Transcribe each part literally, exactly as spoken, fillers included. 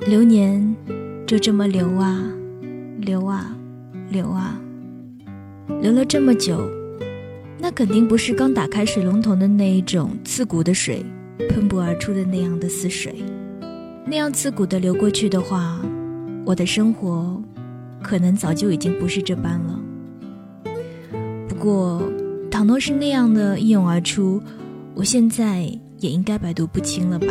流年就这么流啊流啊流啊，流了这么久，那肯定不是刚打开水龙头的那一种刺骨的水喷薄而出的那样的似水。那样刺骨的流过去的话，我的生活可能早就已经不是这般了。不过倘若是那样的一涌而出，我现在也应该百毒不侵了吧。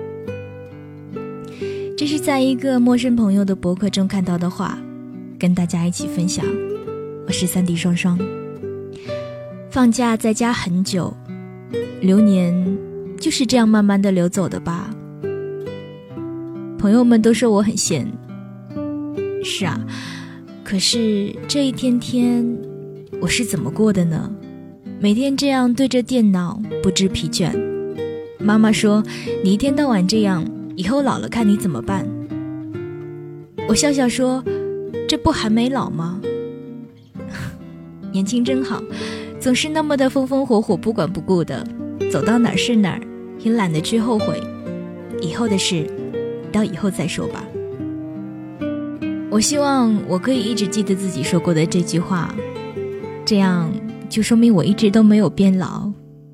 这是在一个陌生朋友的博客中看到的话，跟大家一起分享。我是三 D 双双。放假在家很久，流年就是这样慢慢的流走的吧。朋友们都说我很闲，是啊，可是这一天天我是怎么过的呢？每天这样对着电脑不知疲倦。妈妈说你一天到晚这样，以后老了看你怎么办。我笑笑说这不还没老吗？年轻真好，总是那么的风风火火不管不顾的，走到哪儿是哪儿，也懒得去后悔。以后的事到以后再说吧。我希望我可以一直记得自己说过的这句话，这样就说明我一直都没有变老。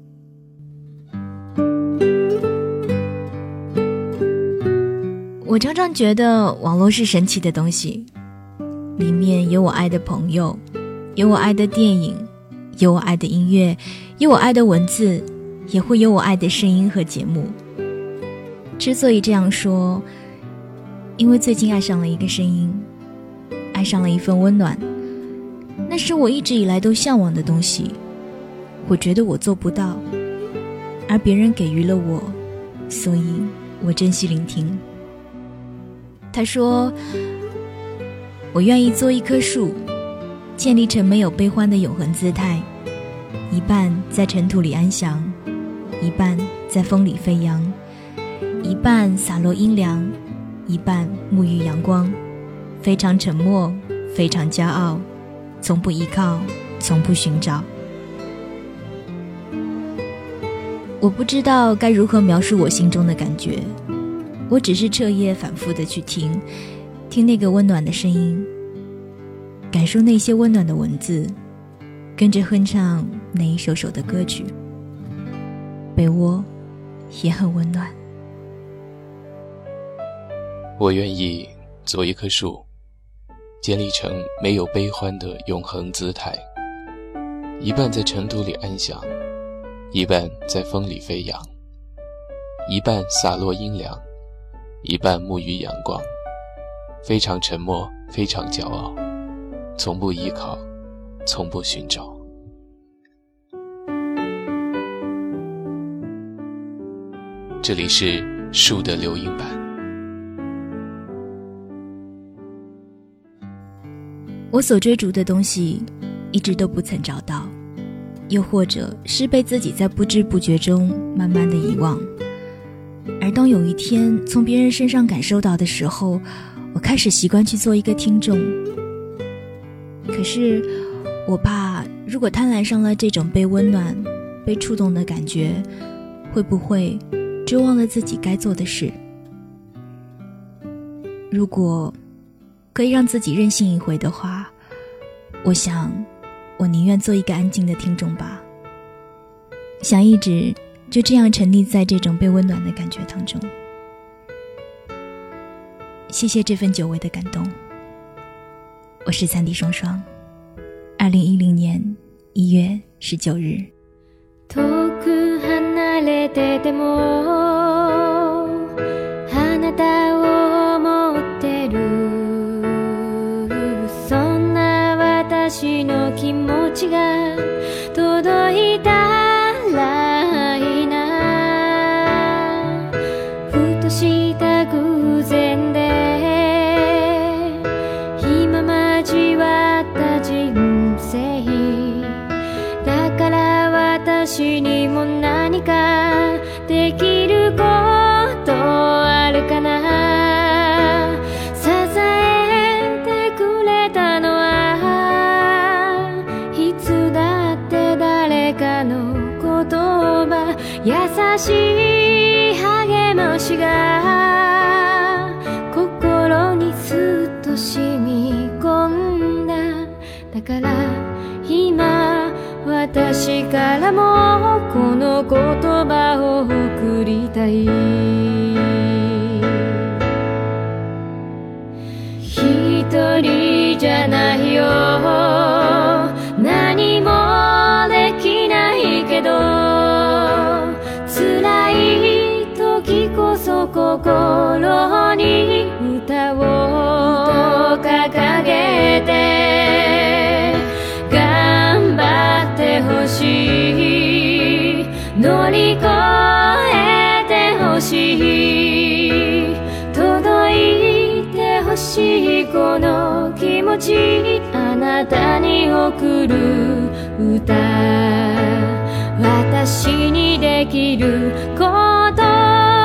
我常常觉得网络是神奇的东西，里面有我爱的朋友，有我爱的电影，有我爱的音乐，有我爱的文字，也会有我爱的声音和节目。之所以这样说，因为最近爱上了一个声音，爱上了一份温暖，那是我一直以来都向往的东西。我觉得我做不到，而别人给予了我，所以我珍惜聆听。他说我愿意做一棵树，建立成没有悲欢的永恒姿态，一半在尘土里安详，一半在风里飞扬，一半洒落阴凉，一半沐浴阳光，非常沉默，非常骄傲，从不依靠，从不寻找。我不知道该如何描述我心中的感觉，我只是彻夜反复地去听听那个温暖的声音，感受那些温暖的文字，跟着哼唱那一首首的歌曲。被窝也很温暖。 我愿意做一棵树，建立成没有悲欢的永恒姿态，一半在尘土里安详，一半在风里飞扬，一半洒落阴凉，一半沐浴阳光，非常沉默，非常骄傲，从不依靠，从不寻找。这里是树的留音版。 我所追逐的东西一直都不曾找到，又或者是被自己在不知不觉中慢慢的遗忘。而当有一天从别人身上感受到的时候，我开始习惯去做一个听众。可是我怕，如果贪婪上了这种被温暖被触动的感觉，会不会就忘了自己该做的事。如果可以让自己任性一回的话，我想我宁愿做一个安静的听众吧，想一直就这样沉溺在这种被温暖的感觉当中。谢谢这份久违的感动。我是三 D 双双，二零一零年一月十九日。 遠く離れててもあなたを思ってる、そんな私の気持ちが届いたらいいな。ふとした偶然で今交わった人生だから、私にも何かできることあるかな。支えてくれたのはいつだって誰かの言葉、優しい励ましが心から今私からもこの言葉を送りたい。一人じゃないよ、何もできないけど、辛い時こそ心に歌を掲げて頑張ってほしい、乗り越えてほしい、届いてほしいこの気持ち、あなたに送る歌、私にできること、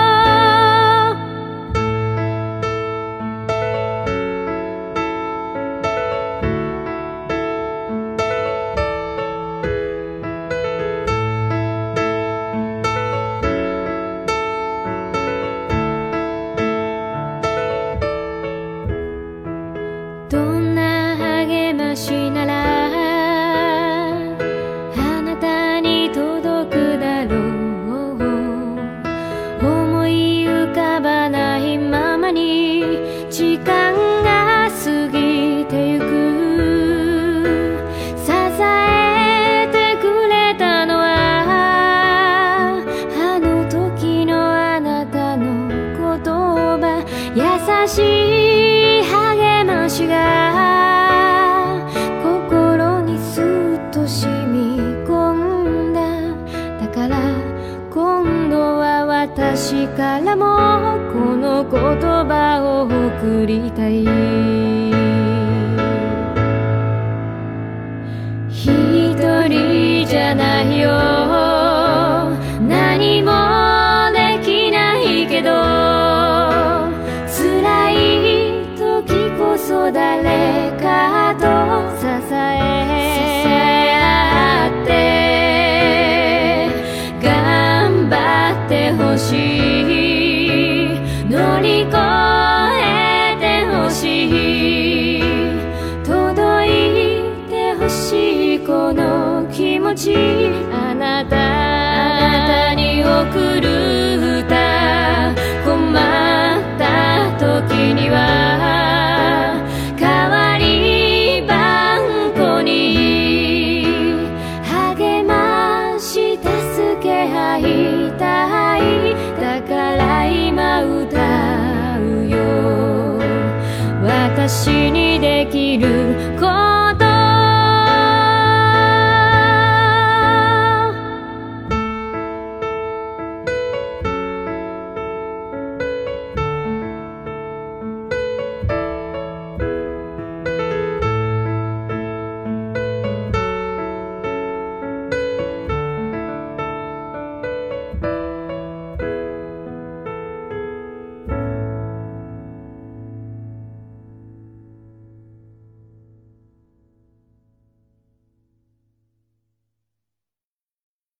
どんな励ましならあなたに届くだろう、思い浮かばないままに時間が過ぎてゆく、支えてくれたのはあの時のあなたの言葉、優しい励ましが心にスッと染み込んだ。だから今度は私からもこの言葉を送りたい。一人じゃないよ、何もできないけど、辛い時こそ誰かと支え合って頑張ってほしい、乗り越えてほしい、届いてほしいこの気持ち、あなた、あなたに送る